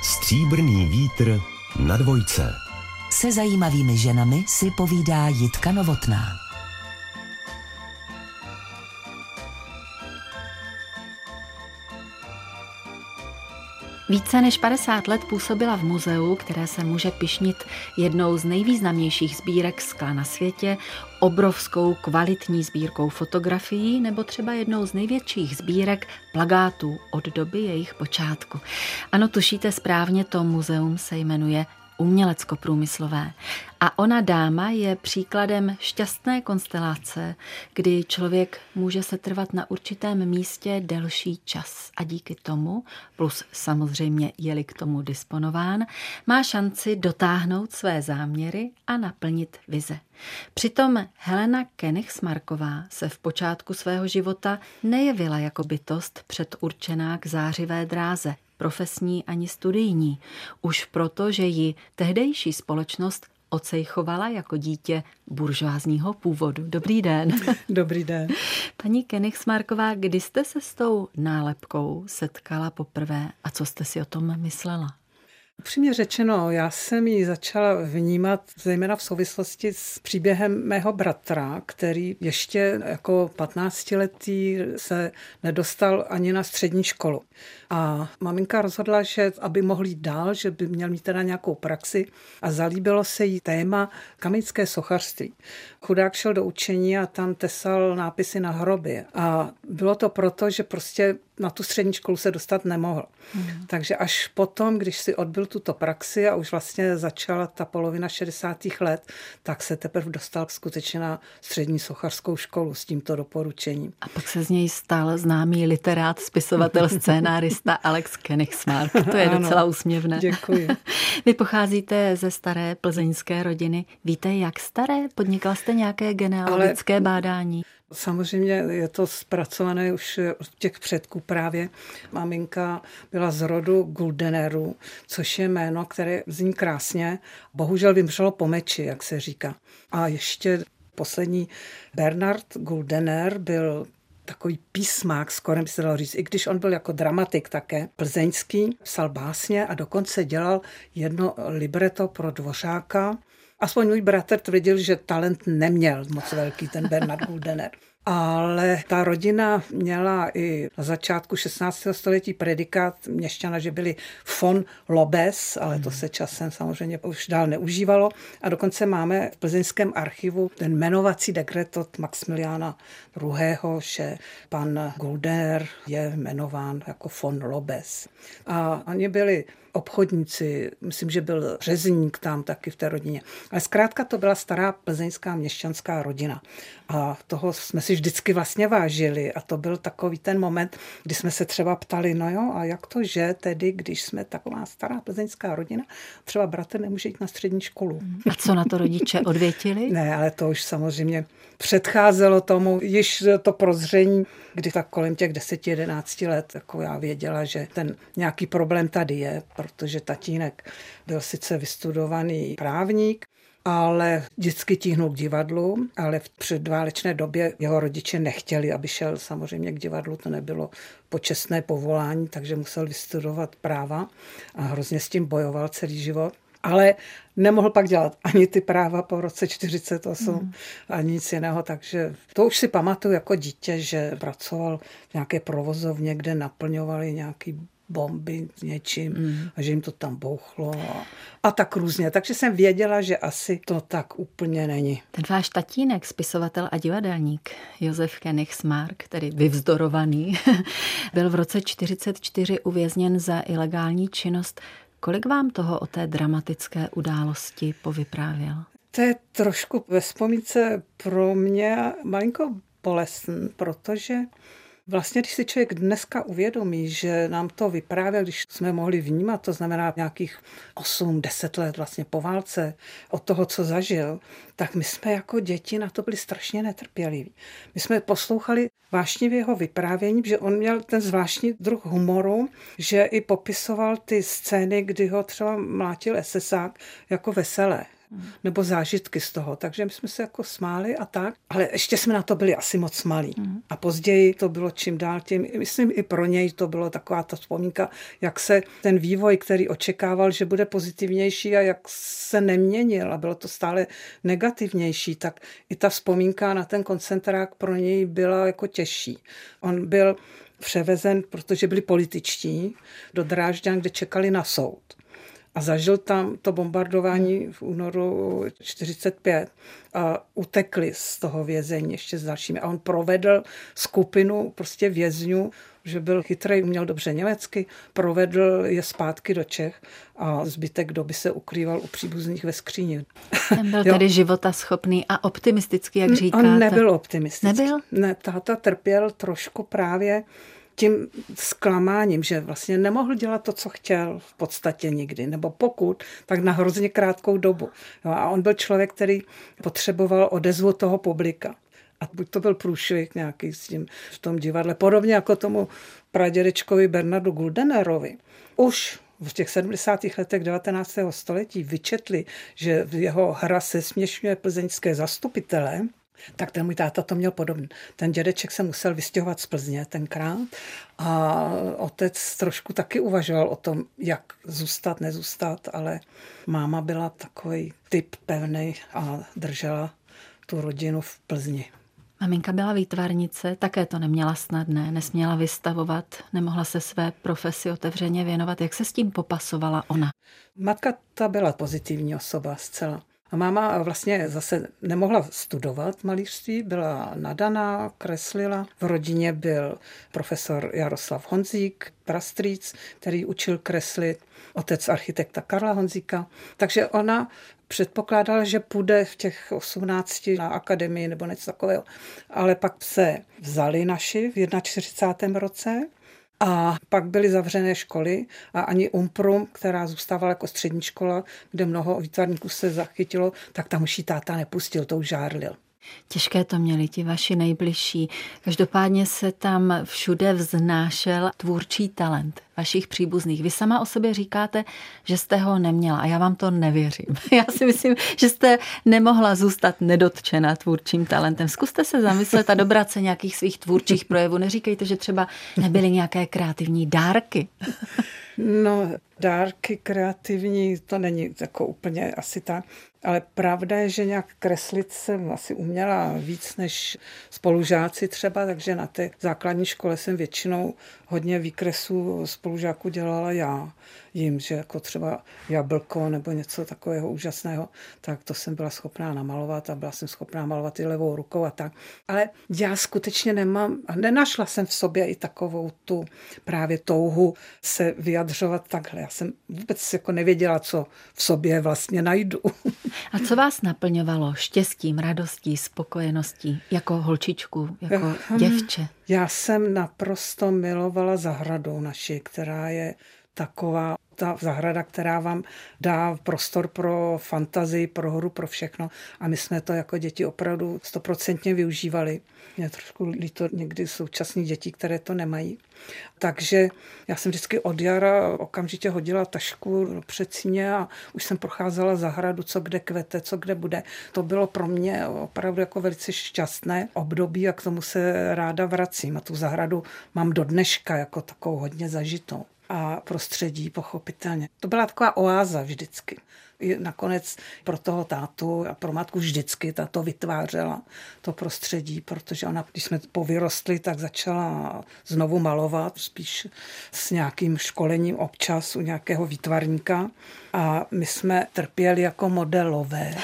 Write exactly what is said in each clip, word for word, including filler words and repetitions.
Stříbrný vítr na dvojce. Se zajímavými ženami si povídá Jitka Novotná. Více než padesát let působila v muzeu, které se může pyšnit jednou z nejvýznamnějších sbírek skla na světě, obrovskou kvalitní sbírkou fotografií nebo třeba jednou z největších sbírek plakátů od doby jejich počátku. Ano, tušíte správně, to muzeum se jmenuje Umělecko-průmyslové. A ona dáma je příkladem šťastné konstelace, kdy člověk může se trvat na určitém místě delší čas a díky tomu, plus samozřejmě je-li k tomu disponován, má šanci dotáhnout své záměry a naplnit vize. Přitom Helena Königsmarková se v počátku svého života nejevila jako bytost předurčená k zářivé dráze, profesní ani studijní, už proto, že ji tehdejší společnost ocejchovala jako dítě buržoázního původu. Dobrý den. Dobrý den. Paní Königsmarková, kdy jste se s tou nálepkou setkala poprvé a co jste si o tom myslela? Upřímně řečeno, já jsem ji začala vnímat zejména v souvislosti s příběhem mého bratra, který ještě jako patnáctiletý se nedostal ani na střední školu. A maminka rozhodla, že aby mohl jít dál, že by měl mít teda nějakou praxi a zalíbilo se jí téma kamenické sochařství. Chudák šel do učení a tam tesal nápisy na hroby. A bylo to proto, že prostě na tu střední školu se dostat nemohl. Mm. Takže až potom, když si odbyl tuto praxi a už vlastně začala ta polovina šedesátých let, tak se teprve dostal skutečně na střední sochařskou školu s tímto doporučením. A pak se z něj stal známý literát, spisovatel, scénárista Alex Königsmark. To je docela ano, úsměvné. Děkuji. Vy pocházíte ze staré plzeňské rodiny. Víte, jak staré? Podnikal jste nějaké genealogické Ale... bádání? Samozřejmě je to zpracované už od těch předků právě. Maminka byla z rodu Guldenerů, což je jméno, které zní krásně. Bohužel vymřelo po meči, jak se říká. A ještě poslední Bernard Guldener byl takový písmák, skoro by se dalo říct, i když on byl jako dramatik také, plzeňský, psal básně a dokonce dělal jedno libreto pro Dvořáka. Aspoň můj bratr tvrdil, že talent neměl moc velký, ten Bernard Guldener. Ale ta rodina měla i na začátku šestnáctého století predikát měšťana, že byli von Lobes, ale to se časem samozřejmě už dál neužívalo. A dokonce máme v plzeňském archivu ten jmenovací dekret od Maxmiliána druhého., že pan Guldener je jmenován jako von Lobes. A oni byli obchodníci, myslím, že byl řezník tam taky v té rodině. Ale zkrátka to byla stará plzeňská měšťanská rodina. A toho jsme si vždycky vlastně vážili. A to byl takový ten moment, kdy jsme se třeba ptali, no jo, a jak to, že tedy, když jsme taková stará plzeňská rodina, třeba bratr nemůže jít na střední školu. A co na to rodiče odvětili? Ne, ale to už samozřejmě předcházelo tomu, již to prozření, kdy tak kolem těch deseti jedenácti let, jako já věděla, že ten nějaký problém tady je, protože tatínek byl sice vystudovaný právník, ale vždycky tíhnul k divadlu, ale v předválečné době jeho rodiče nechtěli, aby šel samozřejmě k divadlu, to nebylo počestné povolání, takže musel vystudovat práva a hrozně s tím bojoval celý život. Ale nemohl pak dělat ani ty práva po roce čtyřicet osm, mm. ani nic jiného, takže to už si pamatuju jako dítě, že pracoval v nějaké provozovně, kde naplňovali nějaký bomby s něčím mm. a že jim to tam bouchlo a, a tak různě. Takže jsem věděla, že asi to tak úplně není. Ten váš tatínek, spisovatel a divadelník Josef Königsmark, tedy vyvzdorovaný, byl v roce čtyřicet čtyři uvězněn za ilegální činnost. Kolik vám toho o té dramatické události povyprávěl? To je trošku ve vzpomínce pro mě malinko bolestný, protože vlastně, když si člověk dneska uvědomí, že nám to vyprávěl, když jsme mohli vnímat, to znamená nějakých osm deset let vlastně po válce od toho, co zažil, tak my jsme jako děti na to byli strašně netrpěliví. My jsme poslouchali vášnivě jeho vyprávění, že on měl ten zvláštní druh humoru, že i popisoval ty scény, kdy ho třeba mlátil esesák jako veselé. nebo zážitky z toho. Takže my jsme se jako smáli a tak, ale ještě jsme na to byli asi moc malí. Mm. A později to bylo čím dál tím, myslím i pro něj to bylo taková ta vzpomínka, jak se ten vývoj, který očekával, že bude pozitivnější a jak se neměnil a bylo to stále negativnější, tak i ta vzpomínka na ten koncentrák pro něj byla jako těžší. On byl převezen, protože byli političtí, do Drážďan, kde čekali na soud. A zažil tam to bombardování v únoru čtyřicet pět a utekli z toho vězení ještě s dalšími. A on provedl skupinu prostě vězňů, že byl chytrý, uměl dobře německy, provedl je zpátky do Čech a zbytek doby se ukrýval u příbuzných ve skříni. Ten byl tedy životaschopný a optimistický, jak říkáte. On nebyl optimistický. Nebyl? Ne, táta trpěl trošku právě tím zklamáním, že vlastně nemohl dělat to, co chtěl v podstatě nikdy, nebo pokud, tak na hrozně krátkou dobu. Jo, a on byl člověk, který potřeboval odezvu toho publika. A buď to byl průšvih nějaký s tím v tom divadle, podobně jako tomu pradědečkovi Bernardu Guldenerovi. Už v těch sedmdesátých letech devatenáctého století vyčetli, že jeho hra se směšňuje plzeňské zastupitele, tak ten můj táta to měl podobně. Ten dědeček se musel vystěhovat z Plzně tenkrát a otec trošku taky uvažoval o tom, jak zůstat, nezůstat, ale máma byla takový typ pevnej a držela tu rodinu v Plzni. Maminka byla výtvarnice, také to neměla snadné, nesměla vystavovat, nemohla se své profesi otevřeně věnovat. Jak se s tím popasovala ona? Matka ta byla pozitivní osoba zcela. A máma vlastně zase nemohla studovat malířství, byla nadaná, kreslila. V rodině byl profesor Jaroslav Honzík, prastrýc, který učil kreslit, otec architekta Karla Honzíka. Takže ona předpokládala, že půjde v těch osmnácti na akademii nebo něco takového. Ale pak se vzali naši v čtyřicátém prvním roce a pak byly zavřené školy a ani Umprum, která zůstávala jako střední škola, kde mnoho výtvarníků se zachytilo, tak tam už jí táta nepustil, to už žárlil. Těžké to měli ti vaši nejbližší. Každopádně se tam všude vznášel tvůrčí talent vašich příbuzných. Vy sama o sobě říkáte, že jste ho neměla a já vám to nevěřím. Já si myslím, že jste nemohla zůstat nedotčena tvůrčím talentem. Zkuste se zamyslet a dobrat se nějakých svých tvůrčích projevů. Neříkejte, že třeba nebyly nějaké kreativní dárky. No, dárky kreativní, to není jako úplně asi tak. Ale pravda je, že nějak kreslit jsem asi uměla víc než spolužáci třeba, takže na té základní škole jsem většinou hodně výkresů spolužáků dělala já jim, že jako třeba jablko nebo něco takového úžasného, tak to jsem byla schopná namalovat a byla jsem schopná malovat i levou rukou a tak. Ale já skutečně nemám, nenašla jsem v sobě i takovou tu právě touhu se vyjadřovat takhle. Já jsem vůbec jako nevěděla, co v sobě vlastně najdu. A co vás naplňovalo štěstím, radostí, spokojeností jako holčičku, jako děvče? Já jsem naprosto milovala zahradu naši, která je taková ta zahrada, která vám dá prostor pro fantazii, pro hru, pro všechno. A my jsme to jako děti opravdu stoprocentně využívali. Mě trošku líto někdy současných dětí, které to nemají. Takže já jsem vždycky od jara okamžitě hodila tašku do předsíně a už jsem procházela zahradu, co kde kvete, co kde bude. To bylo pro mě opravdu jako velice šťastné období a k tomu se ráda vracím. A tu zahradu mám do dneška jako takovou hodně zažitou. A prostředí pochopitelně. To byla taková oáza vždycky. I nakonec pro toho tátu a pro matku vždycky tato vytvářela to prostředí, protože ona, když jsme povyrostli, tak začala znovu malovat, spíš s nějakým školením občas u nějakého výtvarníka a my jsme trpěli jako modelové.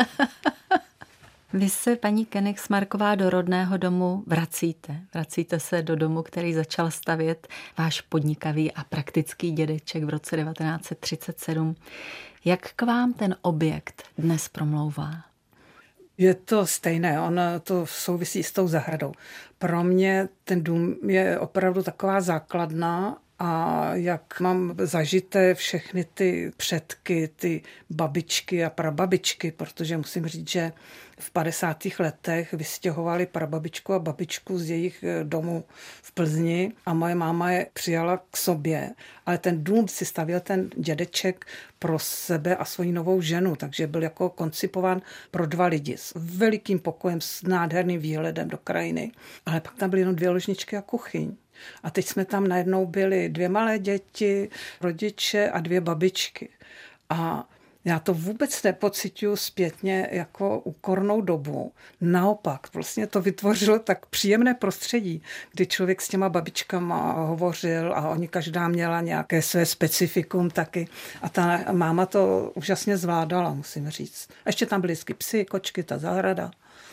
Vy se, paní Koenigsmarková, do rodného domu vracíte. Vracíte se do domu, který začal stavět váš podnikavý a praktický dědeček v roce devatenáct set třicet sedm. Jak k vám ten objekt dnes promlouvá? Je to stejné, ono to souvisí s tou zahradou. Pro mě ten dům je opravdu taková základna a jak mám zažité všechny ty předky, ty babičky a prababičky, protože musím říct, že v padesátých letech vystěhovali prababičku a babičku z jejich domu v Plzni a moje máma je přijala k sobě, ale ten dům si stavěl ten dědeček pro sebe a svoji novou ženu, takže byl jako koncipován pro dva lidi s velikým pokojem, s nádherným výhledem do krajiny, ale pak tam byly jenom dvě ložničky a kuchyň. A teď jsme tam najednou byli dvě malé děti, rodiče a dvě babičky. A já to vůbec nepociťuji zpětně jako úkornou dobu. Naopak, vlastně to vytvořilo tak příjemné prostředí, kdy člověk s těma babičkama hovořil a oni každá měla nějaké své specifikum taky. A ta máma to úžasně zvládala, musím říct. A ještě tam byly vždycky psy, kočky, ta zahrada.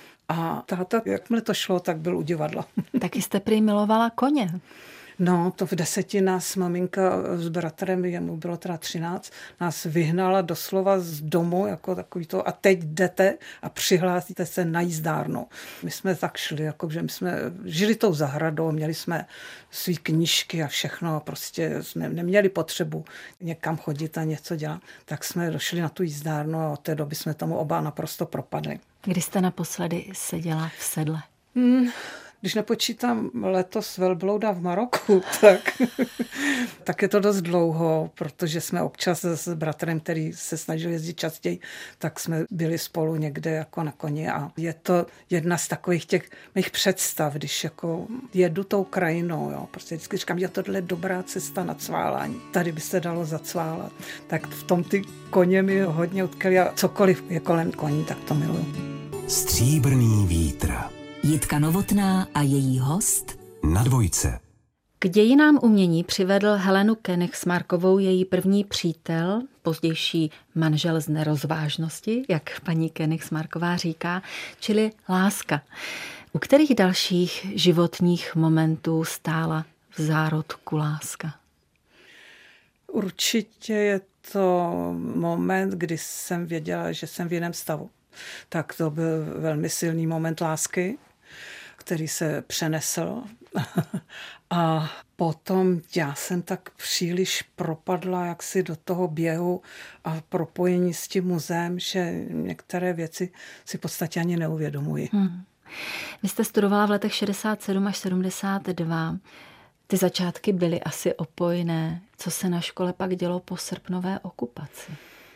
A táta, jakmile to šlo, tak byl u divadla. Taky jste prý milovala koně. No, to v deseti nás maminka s bratrem, jemu bylo teda třináct, nás vyhnala doslova z domu, jako takový to, a teď jdete a přihlásíte se na jízdárnu. My jsme tak šli, jako, že my jsme žili tou zahradou, měli jsme svý knížky a všechno, prostě jsme neměli potřebu někam chodit a něco dělat. Tak jsme došli na tu jízdárnu a od té doby jsme tomu oba naprosto propadli. Kdy jste naposledy seděla v sedle? Hmm. Když nepočítám letos velblouda v Maroku, tak, tak je to dost dlouho, protože jsme občas s bratrem, který se snažil jezdit častěji, tak jsme byli spolu někde jako na koni a je to jedna z takových těch mých představ, když jako jedu tou krajinou, jo, prostě vždycky říkám, že tohle je dobrá cesta na cválání. Tady by se dalo zacválat. Tak v tom ty koně mi hodně utkali a cokoliv je kolem koní, tak to miluju. Stříbrný vítr. Jitka Novotná a její host Na dvojce. K dějinám umění přivedl Helenu Koenigsmarkovou její první přítel, pozdější manžel z nerozvážnosti, jak paní Koenigsmarková říká, čili láska. U kterých dalších životních momentů stála v zárodku láska? Určitě je to moment, kdy jsem věděla, že jsem v jiném stavu. Tak to byl velmi silný moment lásky, který se přenesl. A potom já jsem tak příliš propadla jaksi do toho běhu a propojení s tím muzeem, že některé věci si v podstatě ani neuvědomuji. Hmm. Vy jste studovala v letech šedesát sedm až sedmdesát dva. Ty začátky byly asi opojné. Co se na škole pak dělo po srpnové okupaci?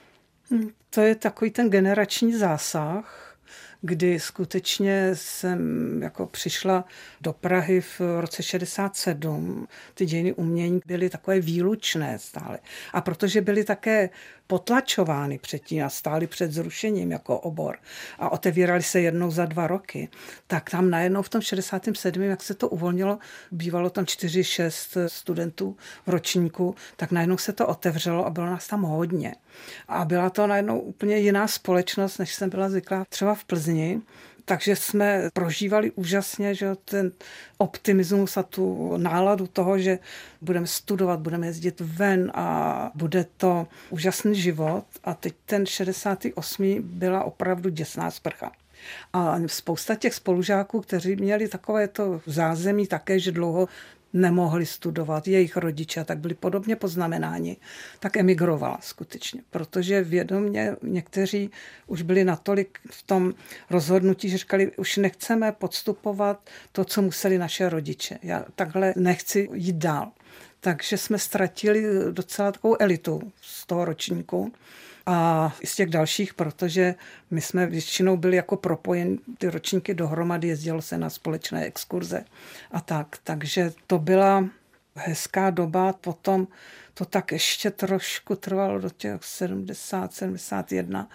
To je takový ten generační zásah, kdy skutečně jsem jako přišla do Prahy v roce šedesát sedm. Ty dějiny umění byly takové výlučné stále. A protože byly také potlačovány předtím a stály před zrušením jako obor a otevíraly se jednou za dva roky, tak tam najednou v tom šedesátém sedmém, jak se to uvolnilo, bývalo tam čtyři šest studentů v ročníku, tak najednou se to otevřelo a bylo nás tam hodně. A byla to najednou úplně jiná společnost, než jsem byla zvyklá třeba v Plzni. Takže jsme prožívali úžasně, že ten optimismus a tu náladu toho, že budeme studovat, budeme jezdit ven a bude to úžasný život. A teď ten šedesátý osmý byla opravdu děsná sprcha. A spousta těch spolužáků, kteří měli takové to zázemí také, že dlouho nemohli studovat, jejich rodiče, tak byli podobně poznamenáni, tak emigrovala skutečně, protože vědomě někteří už byli natolik v tom rozhodnutí, že říkali, už nechceme podstupovat to, co museli naše rodiče. Já takhle nechci jít dál. Takže jsme ztratili docela takovou elitu z toho ročníku a z těch dalších, protože my jsme většinou byli jako propojeni ty ročníky dohromady, jezdilo se na společné exkurze a tak. Takže to byla hezká doba, potom to tak ještě trošku trvalo do těch sedmdesát, sedmdesát jedna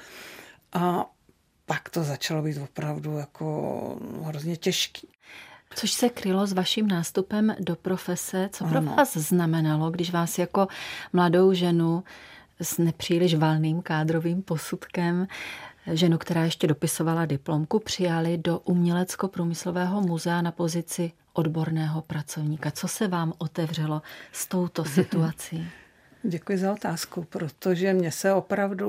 a pak to začalo být opravdu jako hrozně těžký. Což se krylo s vaším nástupem do profese. Co pro Ano. vás znamenalo, když vás jako mladou ženu s nepříliš valným kádrovým posudkem, ženu, která ještě dopisovala diplomku, přijali do Umělecko-průmyslového muzea na pozici odborného pracovníka? Co se vám otevřelo s touto situací? Děkuji za otázku, protože mně se opravdu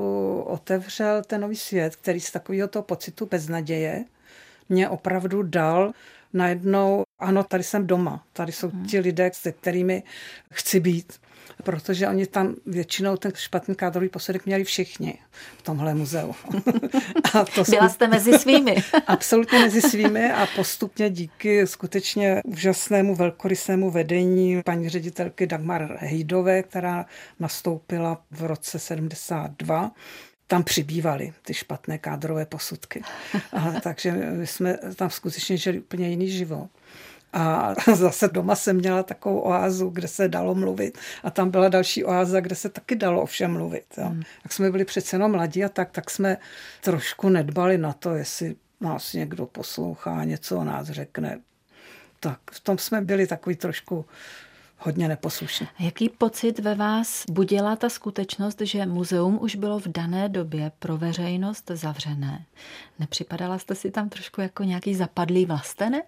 otevřel ten nový svět, který z takového toho pocitu beznaděje mě opravdu dal najednou, ano, tady jsem doma, tady jsou ti lidé, se kterými chci být. Protože oni tam většinou ten špatný kádrový posudek měli všichni v tomhle muzeu. A to Byla jste mezi svými. Absolutně mezi svými a postupně díky skutečně úžasnému velkorysému vedení paní ředitelky Dagmar Hejdové, která nastoupila v roce sedmdesát dva, tam přibývaly ty špatné kádrové posudky. A takže my jsme tam skutečně žili úplně jiný život. A zase doma jsem měla takovou oázu, kde se dalo mluvit. A tam byla další oáza, kde se taky dalo ovšem mluvit. Jo. Hmm. Jak jsme byli přece jenom mladí a tak, tak jsme trošku nedbali na to, jestli nás někdo poslouchá, něco o nás řekne. Tak v tom jsme byli takový trošku hodně neposlušní. Jaký pocit ve vás budila ta skutečnost, že muzeum už bylo v dané době pro veřejnost zavřené? Nepřipadala jste si tam trošku jako nějaký zapadlý vlastenec?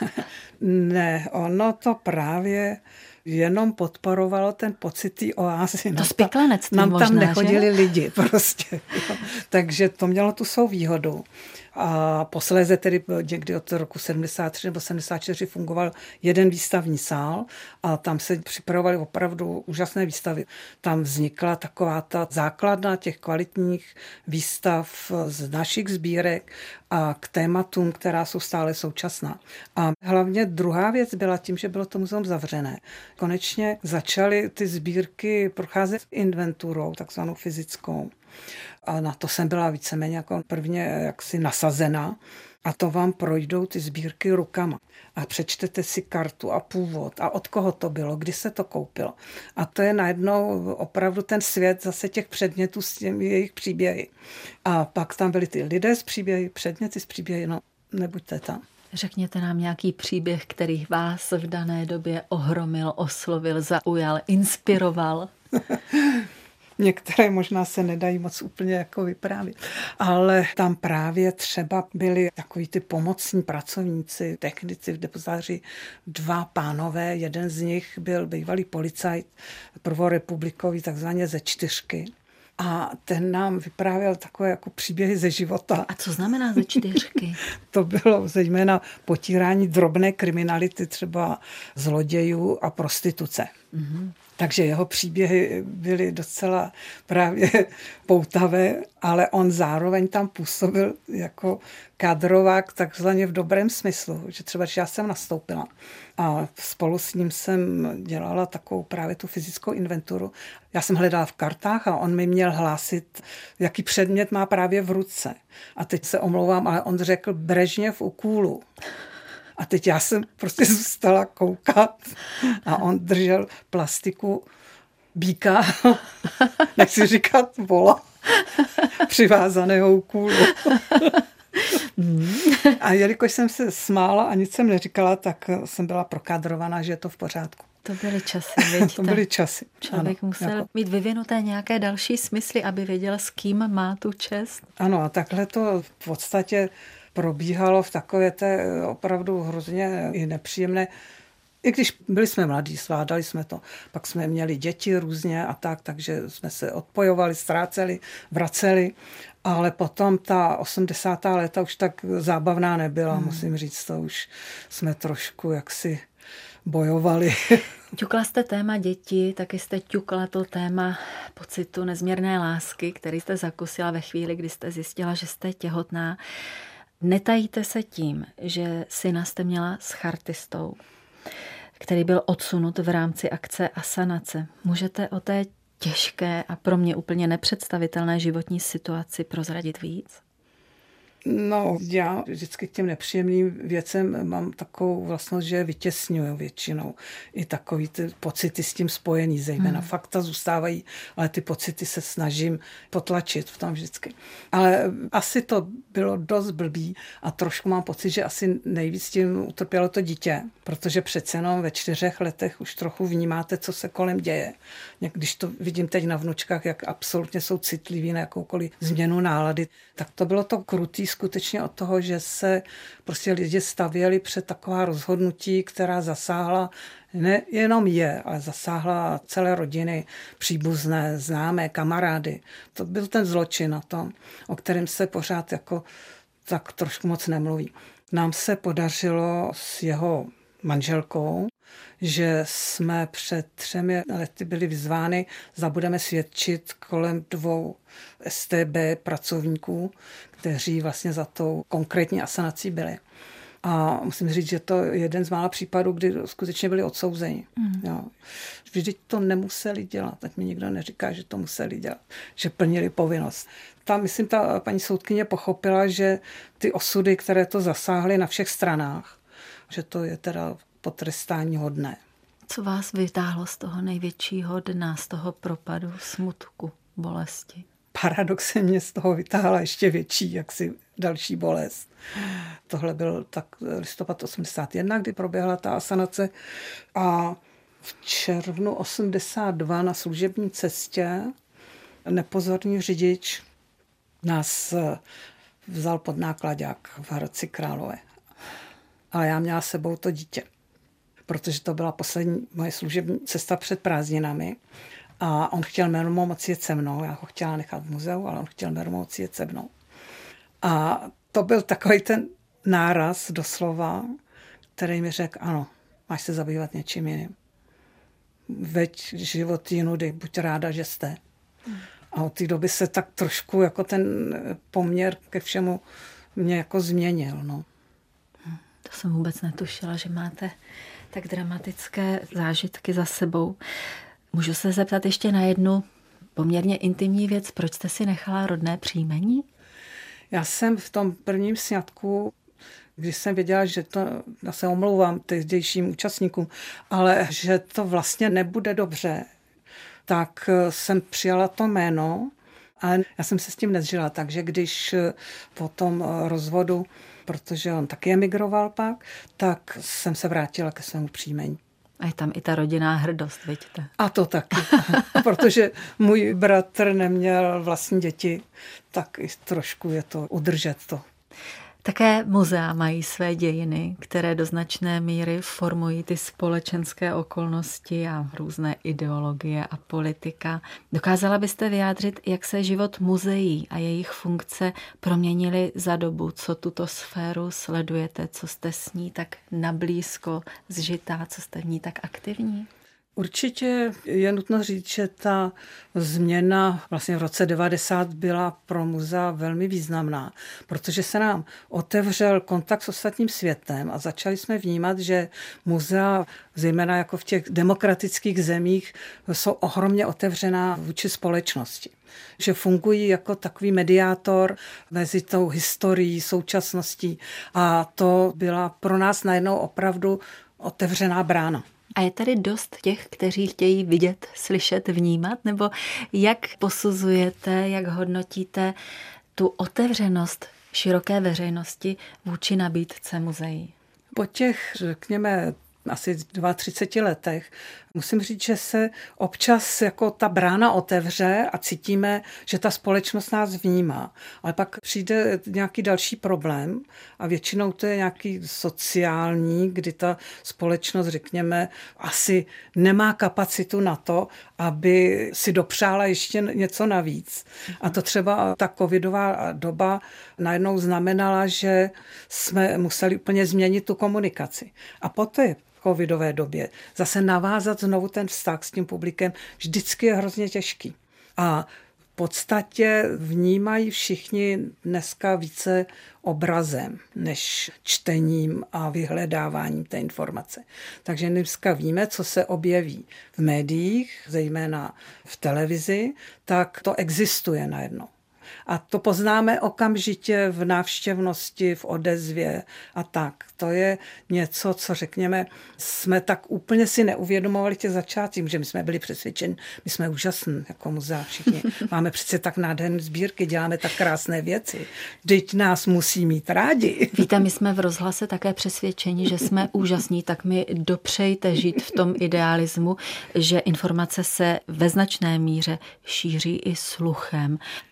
Ne, ono to právě jenom podporovalo ten pocit té oázy. To spiklenectví Nám možná, tam nechodili že? lidi prostě. Jo. Takže to mělo tu svou výhodu. A posléze tedy někdy od roku sedmdesát tři nebo sedmdesát čtyři fungoval jeden výstavní sál a tam se připravovaly opravdu úžasné výstavy. Tam vznikla taková ta základna těch kvalitních výstav z našich sbírek a k tématům, která jsou stále současná. A hlavně druhá věc byla tím, že bylo to muzeum zavřené. Konečně začaly ty sbírky procházet inventurou, takzvanou fyzickou. A na to jsem byla víceméně jako prvně jaksi nasazena. A to vám projdou ty sbírky rukama. A přečtete si kartu a původ a od koho to bylo, kdy se to koupilo. A to je najednou opravdu ten svět zase těch předmětů s těmi jejich příběhy. A pak tam byly ty lidé s příběhy, předměty s příběhy, no nebuďte tam. Řekněte nám nějaký příběh, který vás v dané době ohromil, oslovil, zaujal, inspiroval. Některé možná se nedají moc úplně jako vyprávět, ale tam právě třeba byli takový ty pomocní pracovníci, technici v depozitáři, dva pánové, jeden z nich byl bývalý policajt prvorepublikový, takzvaně ze čtyřky. A ten nám vyprávěl takové jako příběhy ze života. A co znamená ze čtyřky? To bylo zejména potírání drobné kriminality, třeba zlodějů a prostituce. Mm-hmm. Takže jeho příběhy byly docela právě poutavé, ale on zároveň tam působil jako kadrovák takzvaně v dobrém smyslu, že třeba, když já jsem nastoupila a spolu s ním jsem dělala takovou právě tu fyzickou inventuru. Já jsem hledala v kartách a on mi měl hlásit, jaký předmět má právě v ruce. A teď se omlouvám, ale on řekl Brežněv u kůlu. A teď já jsem prostě zůstala koukat a on držel plastiku býka, nechci říkat vola, přivázaného u kůlu. A jelikož jsem se smála a nic jsem neříkala, tak jsem byla prokádrovaná, že je to v pořádku. To byly časy, vidíte? To byly časy. Člověk ano, musel jako... mít vyvinuté nějaké další smysly, aby věděl, s kým má tu čest. Ano, a takhle to v podstatě probíhalo v takové té opravdu hrozně i nepříjemné. I když byli jsme mladí, zvládali jsme to. Pak jsme měli děti různě a tak, takže jsme se odpojovali, ztráceli, vraceli. Ale potom ta osmdesátá léta už tak zábavná nebyla, hmm. musím říct, to už jsme trošku jaksi bojovali. Ťukla jste téma děti, taky jste ťukla to téma pocitu nezměrné lásky, který jste zakusila ve chvíli, kdy jste zjistila, že jste těhotná. Netajíte se tím, že syna jste měla s chartistou, který byl odsunut v rámci akce Asanace. Můžete o té těžké a pro mě úplně nepředstavitelné životní situaci prozradit víc? No, já vždycky k těm nepříjemným věcem mám takovou vlastnost, že je vytěsňuju většinou. I takový ty pocity s tím spojený, zejména hmm. fakta zůstávají, ale ty pocity se snažím potlačit v tom vždycky. Ale asi to bylo dost blbý a trošku mám pocit, že asi nejvíc tím utrpělo to dítě, protože přece jenom ve čtyřech letech už trochu vnímáte, co se kolem děje. Když to vidím teď na vnučkách, jak absolutně jsou citliví na jakoukoliv změnu nálady, tak to bylo to krutý skutečně od toho, že se prostě lidi stavěli před taková rozhodnutí, která zasáhla ne jenom je, ale zasáhla celé rodiny, příbuzné, známé, kamarády. To byl ten zločin na tom, o kterém se pořád jako tak trošku moc nemluví. Nám se podařilo s jeho manželkou, že jsme před třemi lety byli vyzváni, zda budeme svědčit kolem dvou S T B pracovníků, kteří vlastně za tou konkrétní asanací byli. A musím říct, že to je jeden z mála případů, kdy skutečně byli odsouzeni. Mm. Jo. Vždyť to nemuseli dělat, ať mi nikdo neříká, že to museli dělat, že plnili povinnost. Tam, myslím, ta paní soudkyně pochopila, že ty osudy, které to zasáhly na všech stranách, že to je teda potrestání hodné. Co vás vytáhlo z toho největšího dna, z toho propadu, smutku, bolesti? Paradoxem mě z toho vytáhla ještě větší, jaksi další bolest. Tohle byl tak listopad osmdesát jedna, kdy proběhla ta asanace a v červnu osmdesát dva na služební cestě nepozorný řidič nás vzal pod náklaďák v Hradci Králové. Ale já měla s sebou to dítě, protože to byla poslední moje služební cesta před prázdninami. A on chtěl mimo moc jet se mnou, já ho chtěla nechat v muzeu, ale on chtěl mimo moc jet se mnou. A to byl takový ten náraz doslova, který mi řekl, ano, máš se zabývat něčím jiným. Veď život jinudy, buď ráda, že jste. A od té doby se tak trošku jako ten poměr ke všemu mě jako změnil. No. To jsem vůbec netušila, že máte tak dramatické zážitky za sebou. Můžu se zeptat ještě na jednu poměrně intimní věc. Proč jste si nechala rodné příjmení? Já jsem v tom prvním sňatku, když jsem věděla, že to, já se omlouvám tehdejším účastníkům, ale že to vlastně nebude dobře, tak jsem přijala to jméno, ale já jsem se s tím nezžila. Takže když po tom rozvodu, protože on taky emigroval pak, tak jsem se vrátila ke svému příjmení. A je tam i ta rodinná hrdost, vidíte? A to taky, protože můj bratr neměl vlastní děti, tak i trošku je to udržet to. Také muzea mají své dějiny, které do značné míry formují ty společenské okolnosti a různé ideologie a politika. Dokázala byste vyjádřit, jak se život muzeí a jejich funkce proměnily za dobu, co tuto sféru sledujete, co jste s ní tak nablízko zžitá, co jste v ní tak aktivní? Určitě je nutno říct, že ta změna vlastně v roce devadesát byla pro muzea velmi významná, protože se nám otevřel kontakt s ostatním světem a začali jsme vnímat, že muzea, zejména jako v těch demokratických zemích, jsou ohromně otevřená vůči společnosti. Že fungují jako takový mediátor mezi tou historií, současností a to byla pro nás najednou opravdu otevřená brána. A je tady dost těch, kteří chtějí vidět, slyšet, vnímat? Nebo jak posuzujete, jak hodnotíte tu otevřenost široké veřejnosti vůči nabídce muzeí? Po těch, řekněme, asi třicet dva letech, musím říct, že se občas jako ta brána otevře a cítíme, že ta společnost nás vnímá. Ale pak přijde nějaký další problém a většinou to je nějaký sociální, kdy ta společnost, řekněme, asi nemá kapacitu na to, aby si dopřála ještě něco navíc. A to třeba ta covidová doba najednou znamenala, že jsme museli úplně změnit tu komunikaci. A poté covidové době zase navázat znovu ten vztah s tím publikem vždycky je hrozně těžký. A v podstatě vnímají všichni dneska více obrazem než čtením a vyhledáváním té informace. Takže dneska víme, co se objeví v médiích, zejména v televizi, tak to existuje najednou. A to poznáme okamžitě v návštěvnosti, v odezvě a tak. To je něco, co řekněme, jsme tak úplně si neuvědomovali těch začátcích, že my jsme byli přesvědčeni, my jsme úžasní jako muzea všichni. Máme přece tak nádherné sbírky, děláme tak krásné věci. Vždyť nás musí mít rádi. Víte, my jsme v rozhlase také přesvědčeni, že jsme úžasní, tak mi dopřejte žít v tom idealismu, že informace se ve značné míře šíří i sluchem a že to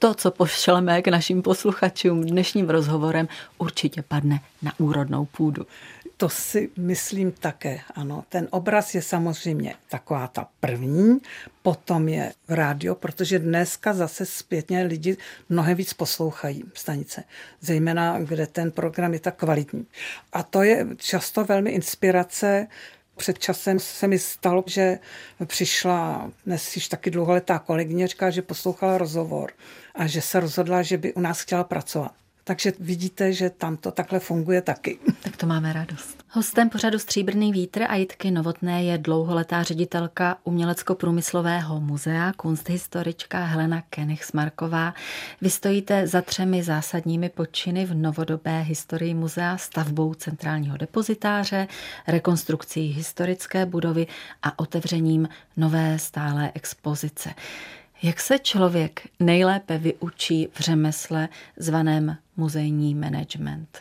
to, co pošleme k našim posluchačům dnešním rozhovorem, určitě padne na úrodnou půdu. To si myslím také, ano. Ten obraz je samozřejmě taková ta první, potom je rádio, protože dneska zase zpětně lidi mnohem víc poslouchají stanice, zejména kde ten program je tak kvalitní. A to je často velmi inspirace. Před časem se mi stalo, že přišla dnes již taky dlouholetá kolegyně, říká, že poslouchala rozhovor a že se rozhodla, že by u nás chtěla pracovat. Takže vidíte, že tam to takhle funguje taky. Tak to máme radost. Hostem pořadu Stříbrný vítr a Jitky Novotné je dlouholetá ředitelka Umělecko-průmyslového muzea, kunsthistorička Helena Kenichsmarková. Vy stojíte za třemi zásadními počiny v novodobé historii muzea, stavbou centrálního depozitáře, rekonstrukcí historické budovy a otevřením nové stálé expozice. Jak se člověk nejlépe vyučí v řemesle zvaném muzejní management?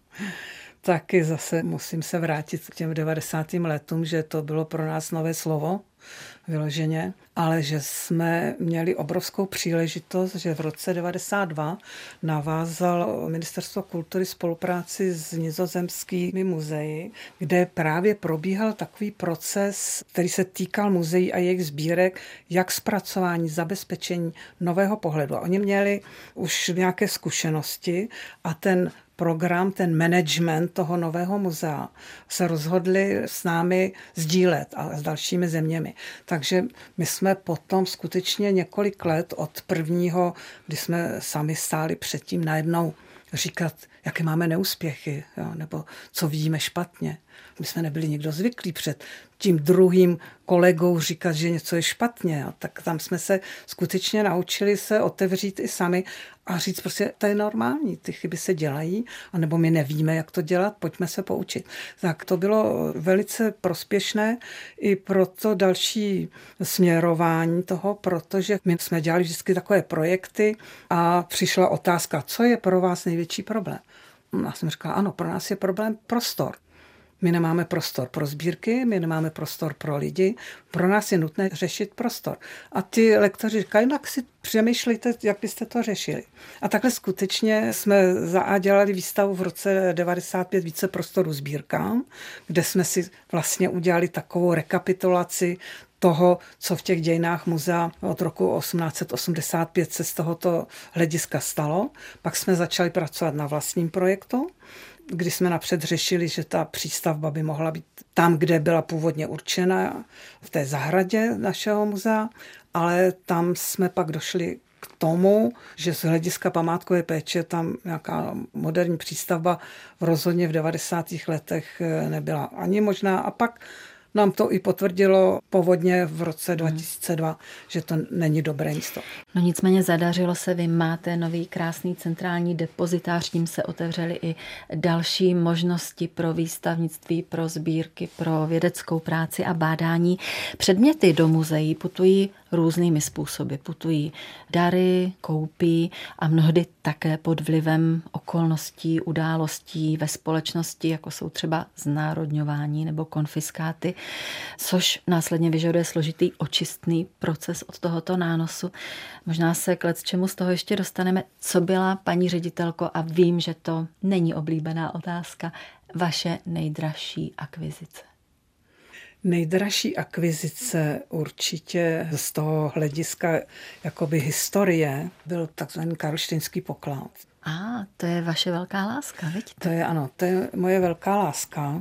Taky zase musím se vrátit k těm devadesátým letům, že to bylo pro nás nové slovo, vyloženě, ale že jsme měli obrovskou příležitost, že v roce devadesát dva navázalo Ministerstvo kultury spolupráci s nizozemskými muzeji, kde právě probíhal takový proces, který se týkal muzeí a jejich sbírek, jak zpracování, zabezpečení nového pohledu. A oni měli už nějaké zkušenosti a ten program, ten management toho nového muzea se rozhodli s námi sdílet a s dalšími zeměmi. Takže my jsme potom skutečně několik let od prvního, kdy jsme sami stáli předtím najednou říkat, jaké máme neúspěchy, jo, nebo co vidíme špatně. My jsme nebyli nikdo zvyklí před tím druhým kolegou říkat, že něco je špatně. Jo. Tak tam jsme se skutečně naučili se otevřít i sami a říct prostě, to je normální, ty chyby se dělají, anebo my nevíme, jak to dělat, pojďme se poučit. Tak to bylo velice prospěšné i pro to další směrování toho, protože my jsme dělali vždycky takové projekty a přišla otázka, co je pro vás největší problém? Já jsem říkala, ano, pro nás je problém prostor. My nemáme prostor pro sbírky, my nemáme prostor pro lidi, pro nás je nutné řešit prostor. A ty lektoři říkají, tak si přemýšlejte, jak byste to řešili. A takhle skutečně jsme dělali výstavu v roce devadesát pět více prostoru sbírkám, kde jsme si vlastně udělali takovou rekapitulaci toho, co v těch dějinách muzea od roku osmnáct set osmdesát pět se z tohoto hlediska stalo. Pak jsme začali pracovat na vlastním projektu, kdy jsme napřed řešili, že ta přístavba by mohla být tam, kde byla původně určena, v té zahradě našeho muzea, ale tam jsme pak došli k tomu, že z hlediska památkové péče tam nějaká moderní přístavba rozhodně v devadesátých letech nebyla ani možná. A pak nám to i potvrdilo povodně v roce dva tisíce dva, hmm. že to není dobré místo. No nicméně zadařilo se, vy máte nový krásný centrální depozitář, tím se otevřely i další možnosti pro výstavnictví, pro sbírky, pro vědeckou práci a bádání. Předměty do muzeí putují různými způsoby. Putují dary, koupí a mnohdy také pod vlivem okolností, událostí ve společnosti, jako jsou třeba znárodňování nebo konfiskáty, což následně vyžaduje složitý očistný proces od tohoto nánosu. Možná se k lecčemu z toho ještě dostaneme. Co byla, paní ředitelko, a vím, že to není oblíbená otázka, vaše nejdražší akvizice? Nejdražší akvizice určitě z toho hlediska jakoby historie byl takzvaný karlštejnský poklad. A to je vaše velká láska, viď? To je, ano, to je moje velká láska,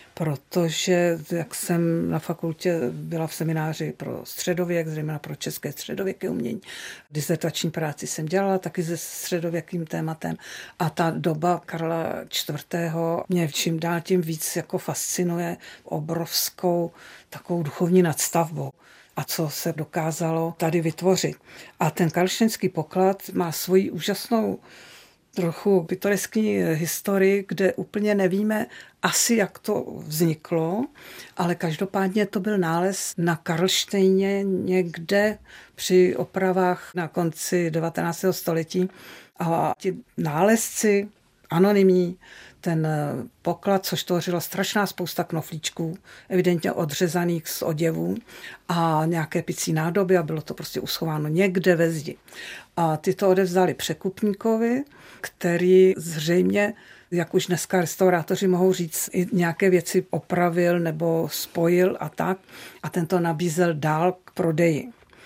protože jak jsem na fakultě byla v semináři pro středověk, zejména pro české středověké umění, disertační práci jsem dělala taky se středověkým tématem a ta doba Karla čtvrtého mě čím dál tím víc jako fascinuje obrovskou takovou duchovní nadstavbou. A co se dokázalo tady vytvořit. A ten karlštejnský poklad má svoji úžasnou trochu pitoreskní historii, kde úplně nevíme asi, jak to vzniklo, ale každopádně to byl nález na Karlštejně někde při opravách na konci devatenáctého století a ti nálezci anonymní ten poklad, což tvořila strašná spousta knoflíčků, evidentně odřezaných z oděvů a nějaké picí nádoby a bylo to prostě uschováno někde ve zdi. A ty to odevzdali překupníkovi, který zřejmě, jak už dneska restaurátoři mohou říct, i nějaké věci opravil nebo spojil a tak. A ten to nabízel dál k prodeji.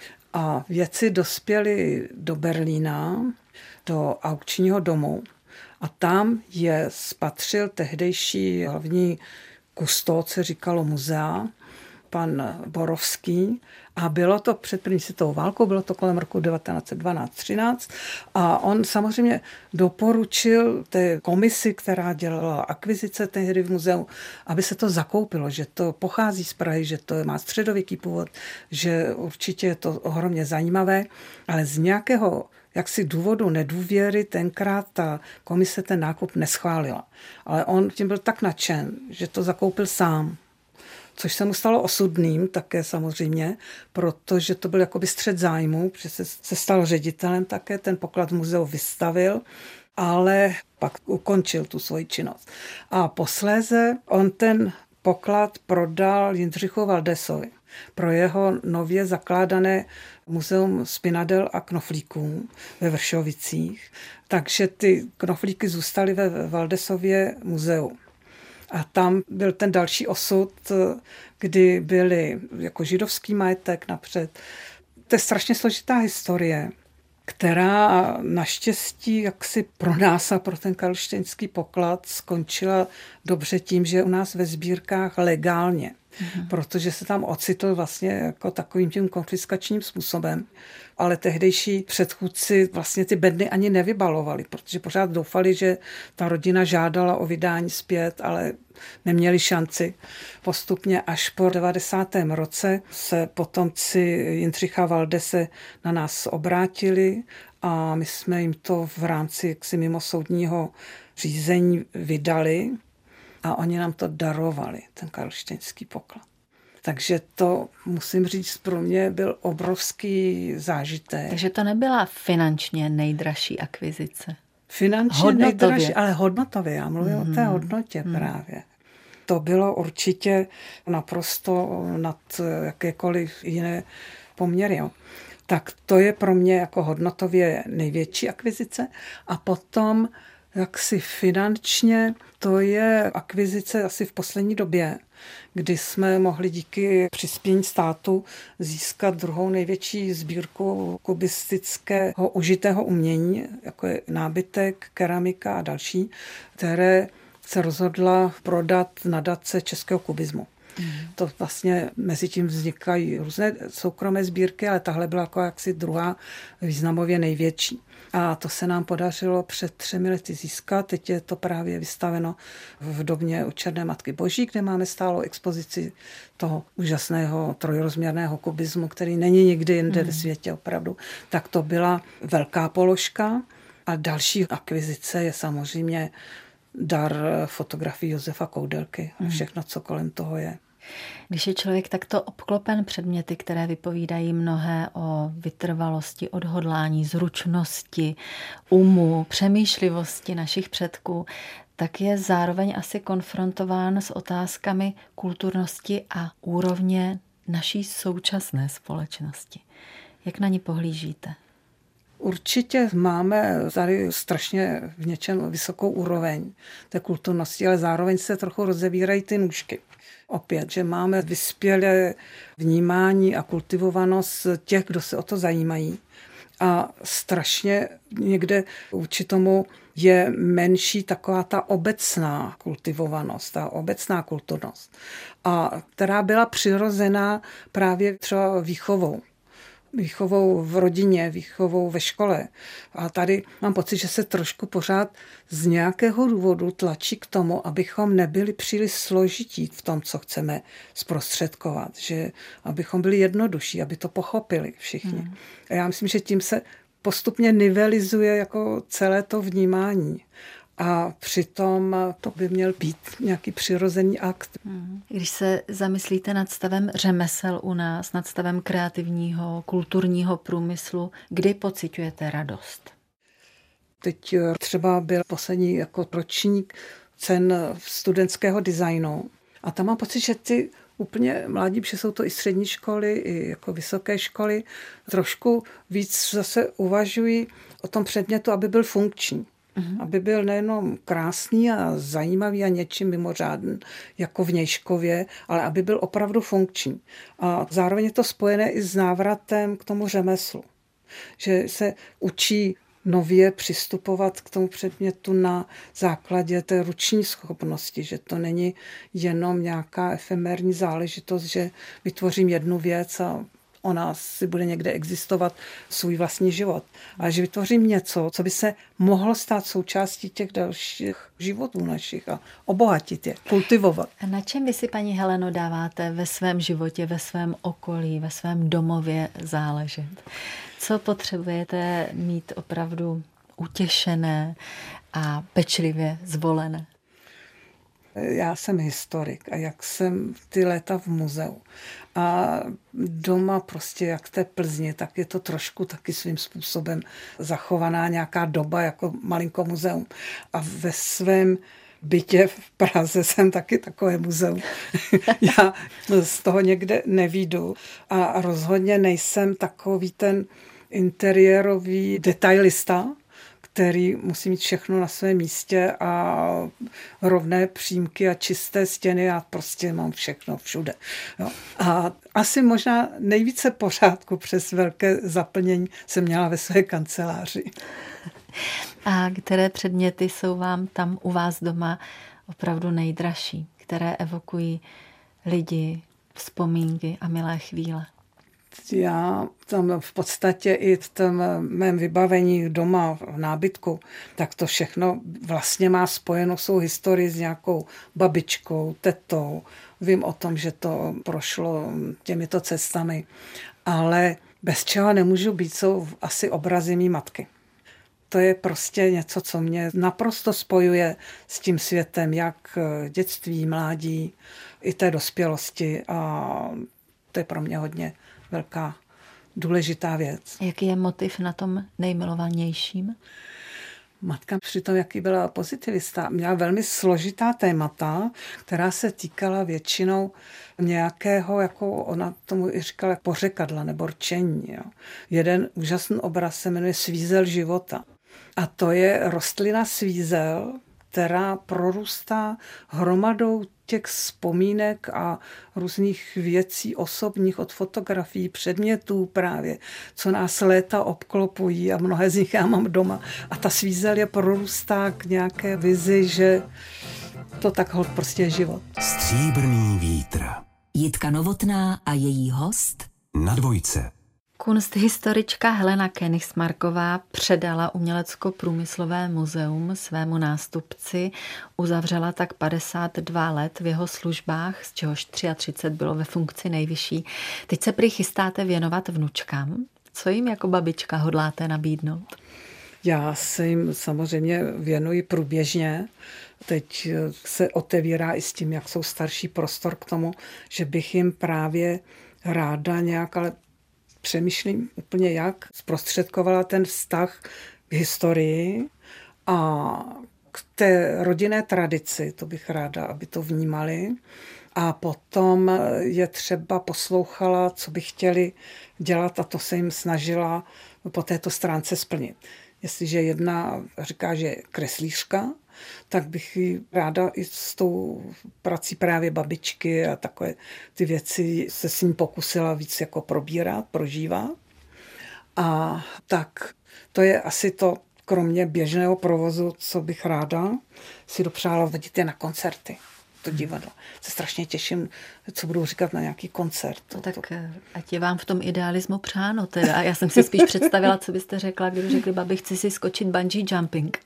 A věci dospěly do Berlína, do aukčního domu a tam je spatřil tehdejší hlavní kustód, se říkalo muzea, pan Borovský, a bylo to před první světovou válkou, bylo to kolem roku devatenáct set dvanáct třináct a on samozřejmě doporučil té komisi, která dělala akvizice tehdy v muzeu, aby se to zakoupilo, že to pochází z Prahy, že to má středověký původ, že určitě je to ohromně zajímavé, ale z nějakého jaksi důvodu nedůvěry tenkrát ta komise ten nákup neschválila. Ale on tím byl tak nadšen, že to zakoupil sám. Což se mu stalo osudným také samozřejmě, protože to byl jakoby střet zájmu, protože se, se stal ředitelem také, ten poklad v muzeu vystavil, ale pak ukončil tu svoji činnost. A posléze on ten poklad prodal Jindřichu Valdesovi pro jeho nově zakládané muzeum spinadel a knoflíků ve Vršovicích. Takže ty knoflíky zůstaly ve Valdesově muzeu. A tam byl ten další osud, kdy byly jako židovský majetek napřed. To je strašně složitá historie, která naštěstí jaksi pro nás a pro ten karlštejnský poklad skončila dobře tím, že u nás ve sbírkách legálně. Mhm. Protože se tam ocitl vlastně jako takovým tím konfiskačním způsobem. Ale tehdejší předchůdci vlastně ty bedny ani nevybalovali, protože pořád doufali, že ta rodina žádala o vydání zpět, ale neměli šanci. Postupně až po devadesátém roce se potomci Jindřicha Valdese na nás obrátili a my jsme jim to v rámci jaksi mimosoudního řízení vydali a oni nám to darovali, ten karlštejnský poklad. Takže to, musím říct, pro mě byl obrovský zážitek. Takže to nebyla finančně nejdražší akvizice. Finančně hodnotově. nejdražší, ale hodnotově. Já mluvím mm. o té hodnotě mm. právě. To bylo určitě naprosto nad jakékoliv jiné poměry. Jo. Tak to je pro mě jako hodnotově největší akvizice. A potom jaksi finančně to je akvizice asi v poslední době, kdy jsme mohli díky přispění státu získat druhou největší sbírku kubistického užitého umění, jako je nábytek, keramika a další, které se rozhodla prodat nadace českého kubismu. Mm. To vlastně mezi tím vznikají různé soukromé sbírky, ale tahle byla jako jaksi druhá významově největší. A to se nám podařilo před třemi lety získat. Teď je to právě vystaveno v domě u Černé Matky Boží, kde máme stálou expozici toho úžasného trojrozměrného kubismu, který není nikdy jinde mm. ve světě opravdu. Tak to byla velká položka. A další akvizice je samozřejmě dar fotografií Josefa Koudelky a všechno, co kolem toho je. Když je člověk takto obklopen předměty, které vypovídají mnohé o vytrvalosti, odhodlání, zručnosti, umu, přemýšlivosti našich předků, tak je zároveň asi konfrontován s otázkami kulturnosti a úrovně naší současné společnosti. Jak na ní pohlížíte? Určitě máme tady strašně v něčem vysokou úroveň té kulturnosti, ale zároveň se trochu rozevírají ty nůžky. Opět, že máme vyspělé vnímání a kultivovanost těch, kdo se o to zajímají. A strašně někde vůči tomu je menší taková ta obecná kultivovanost, ta obecná kulturnost, a která byla přirozená právě třeba výchovou. výchovou v rodině, výchovou ve škole. A tady mám pocit, že se trošku pořád z nějakého důvodu tlačí k tomu, abychom nebyli příliš složití v tom, co chceme zprostředkovat. Že abychom byli jednodušší, aby to pochopili všichni. Hmm. A já myslím, že tím se postupně nivelizuje jako celé to vnímání. A přitom to by měl být nějaký přirozený akt. Když se zamyslíte nad stavem řemesel u nás, nad stavem kreativního, kulturního průmyslu, kdy pociťujete radost? Teď třeba byl poslední jako ročník cen studentského designu. A tam mám pocit, že ty úplně mladí, protože jsou to i střední školy, i jako vysoké školy, trošku víc zase uvažují o tom předmětu, aby byl funkční. Uhum. Aby byl nejenom krásný a zajímavý a něčím mimořádný, jako v Nějškově, ale aby byl opravdu funkční. A zároveň je to spojené i s návratem k tomu řemeslu. Že se učí nově přistupovat k tomu předmětu na základě té ruční schopnosti, že to není jenom nějaká efemérní záležitost, že vytvořím jednu věc a ona si bude někde existovat svůj vlastní život. Ale že vytvořím něco, co by se mohlo stát součástí těch dalších životů našich a obohatit je, kultivovat. A na čem vy si, paní Heleno, dáváte ve svém životě, ve svém okolí, ve svém domově záležet? Co potřebujete mít opravdu utěšené a pečlivě zvolené? Já jsem historik a jak jsem ty léta v muzeu a doma prostě jak v té Plzni, tak je to trošku taky svým způsobem zachovaná nějaká doba jako malinko muzeum. A ve svém bytě v Praze jsem taky takové muzeum. Já z toho někde nevídu a rozhodně nejsem takový ten interiérový detailista, který musí mít všechno na svém místě a rovné přímky a čisté stěny. Já prostě mám všechno všude. Jo. A asi možná nejvíce pořádku přes velké zaplnění jsem měla ve své kanceláři. A které předměty jsou vám tam u vás doma opravdu nejdražší? Které evokují lidi, vzpomínky a milé chvíle? Já tam v podstatě i v tom mém vybavení doma v nábytku, tak to všechno vlastně má spojeno svou historii s nějakou babičkou, tetou. Vím o tom, že to prošlo těmito cestami, ale bez čeho nemůžu být, jsou asi obrazy mý matky. To je prostě něco, co mě naprosto spojuje s tím světem, jak dětství, mládí, i té dospělosti a to je pro mě hodně velká důležitá věc. Jaký je motiv na tom nejmilovanějším? Matka přitom, jaký byla pozitivista, měla velmi složitá témata, která se týkala většinou nějakého, jako ona tomu i říkala, pořekadla nebo rčení. Jo. Jeden úžasný obraz se jmenuje Svízel života. A to je rostlina svízel, která prorůstá hromadou těch vzpomínek a různých věcí osobních od fotografií, předmětů právě, co nás léta obklopují a mnohé z nich já mám doma. A ta svízel je prorůstá k nějaké vizi, že to tak holt prostě je život. Stříbrný vítr. Jitka Novotná a její host Na dvojce. Kunsthistorička Helena Königsmarková předala Umělecko-průmyslové muzeum svému nástupci, uzavřela tak padesát dva let v jeho službách, z čehož třicet tři bylo ve funkci nejvyšší. Teď se prý chystáte věnovat vnučkám. Co jim jako babička hodláte nabídnout? Já se jim samozřejmě věnuji průběžně. Teď se otevírá i s tím, jak jsou starší, prostor k tomu, že bych jim právě ráda nějak, ale přemýšlím úplně jak, zprostředkovala ten vztah k historii a k té rodinné tradici, to bych ráda, aby to vnímali. A potom je třeba poslouchala, co by chtěli dělat a to se jim snažila po této stránce splnit. Jestliže jedna říká, že je kreslířka, tak bych ji ráda i s tou prací právě babičky a takové ty věci se s ním pokusila víc jako probírat, prožívat. A tak to je asi to, kromě běžného provozu, co bych ráda si dopřála vodit je na koncerty. To divadlo. Se strašně těším, co budou říkat na nějaký koncert. To, tak to... ať je vám v tom idealismu přáno teda. Já jsem si spíš představila, co byste řekla, kdyby řekli, babi, chci si skočit bungee jumping.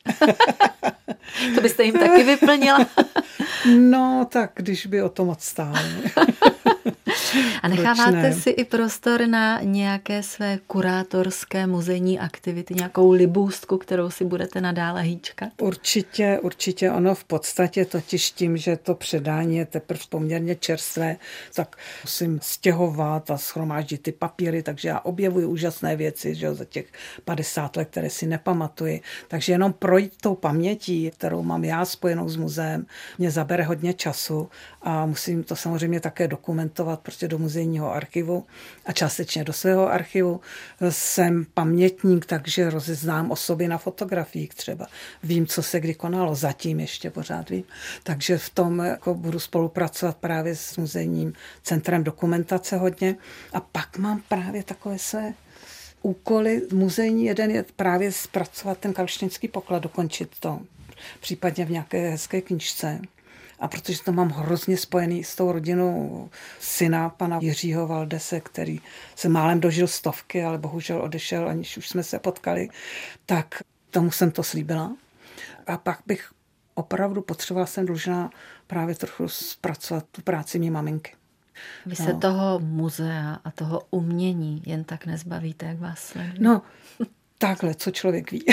To byste jim taky vyplnila? No, tak když by o to moc stálo. A necháváte si i prostor na nějaké své kurátorské muzejní aktivity, nějakou libůstku, kterou si budete nadále hýčkat? Určitě, určitě ono v podstatě totiž tím, že to předání je teprve poměrně čerstvé, tak musím stěhovat a shromáždit ty papíry, takže já objevuji úžasné věci, že za těch padesát let, které si nepamatuji. Takže jenom projít tou pamětí, kterou mám já spojenou s muzeem, mě zabere hodně času a musím to samozřejmě také dokumentovat prostě do muzejního archivu a částečně do svého archivu. Jsem pamětník, takže rozeznám osoby na fotografiích třeba. Vím, co se kdy konalo, zatím ještě pořád vím. Takže v tom jako budu spolupracovat právě s muzejním centrem dokumentace hodně. A pak mám právě takové své úkoly muzejní. Jeden je právě zpracovat ten karlštejnský poklad, dokončit to, případně v nějaké hezké knížce. A protože to mám hrozně spojený s tou rodinou syna pana Jiřího Valdese, který se málem dožil stovky, ale bohužel odešel, aniž už jsme se potkali, tak tomu jsem to slíbila. A pak bych opravdu potřebovala, jsem dlužná právě trochu zpracovat tu práci mé maminky. Vy se no. toho muzea a toho umění jen tak nezbavíte, jak vás sledují? No, takhle, co člověk ví.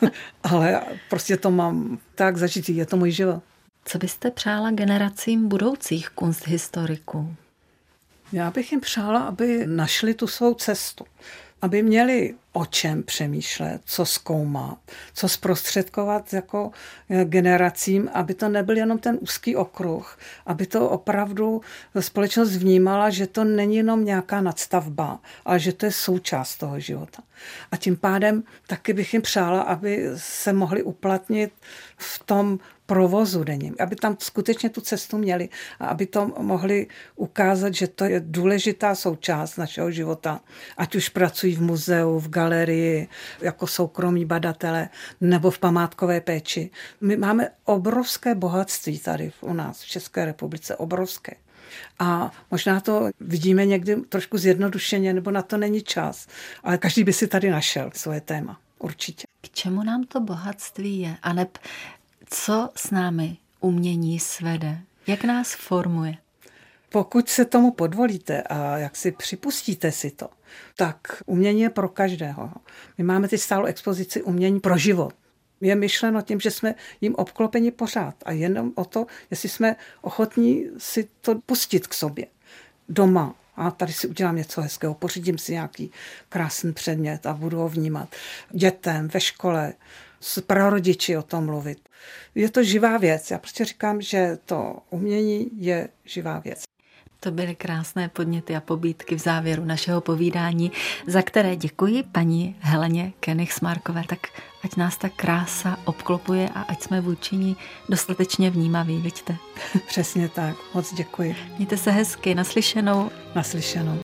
Ale prostě to mám tak zažitý, je to můj život. Co byste přála generacím budoucích kunsthistoriků? Já bych jim přála, aby našli tu svou cestu. Aby měli o čem přemýšlet, co zkoumat, co zprostředkovat jako generacím, aby to nebyl jenom ten úzký okruh, aby to opravdu společnost vnímala, že to není jenom nějaká nadstavba, ale že to je součást toho života. A tím pádem taky bych jim přála, aby se mohli uplatnit v tom provozu denním, aby tam skutečně tu cestu měli a aby to mohli ukázat, že to je důležitá součást našeho života. Ať už pracují v muzeu, v galerii, jako soukromí badatele nebo v památkové péči. My máme obrovské bohatství tady u nás v České republice, obrovské. A možná to vidíme někdy trošku zjednodušeně, nebo na to není čas, ale každý by si tady našel svoje téma, určitě. K čemu nám to bohatství je? A neb co s námi umění svede? Jak nás formuje? Pokud se tomu podvolíte a jak si připustíte si to, tak umění je pro každého. My máme teď stálou expozici umění pro život. Je myšleno tím, že jsme jim obklopeni pořád a jenom o to, jestli jsme ochotní si to pustit k sobě doma. A tady si udělám něco hezkého, pořídím si nějaký krásný předmět a budu ho vnímat. Dětem, ve škole, s prarodiči o tom mluvit. Je to živá věc. Já prostě říkám, že to umění je živá věc. To byly krásné podněty a pobídky v závěru našeho povídání, za které děkuji paní Heleně Koenigsmarkové. Tak ať nás ta krása obklopuje a ať jsme vůči ní dostatečně vnímaví, vidíte? Přesně tak. Moc děkuji. Mějte se hezky. Naslyšenou. Naslyšenou.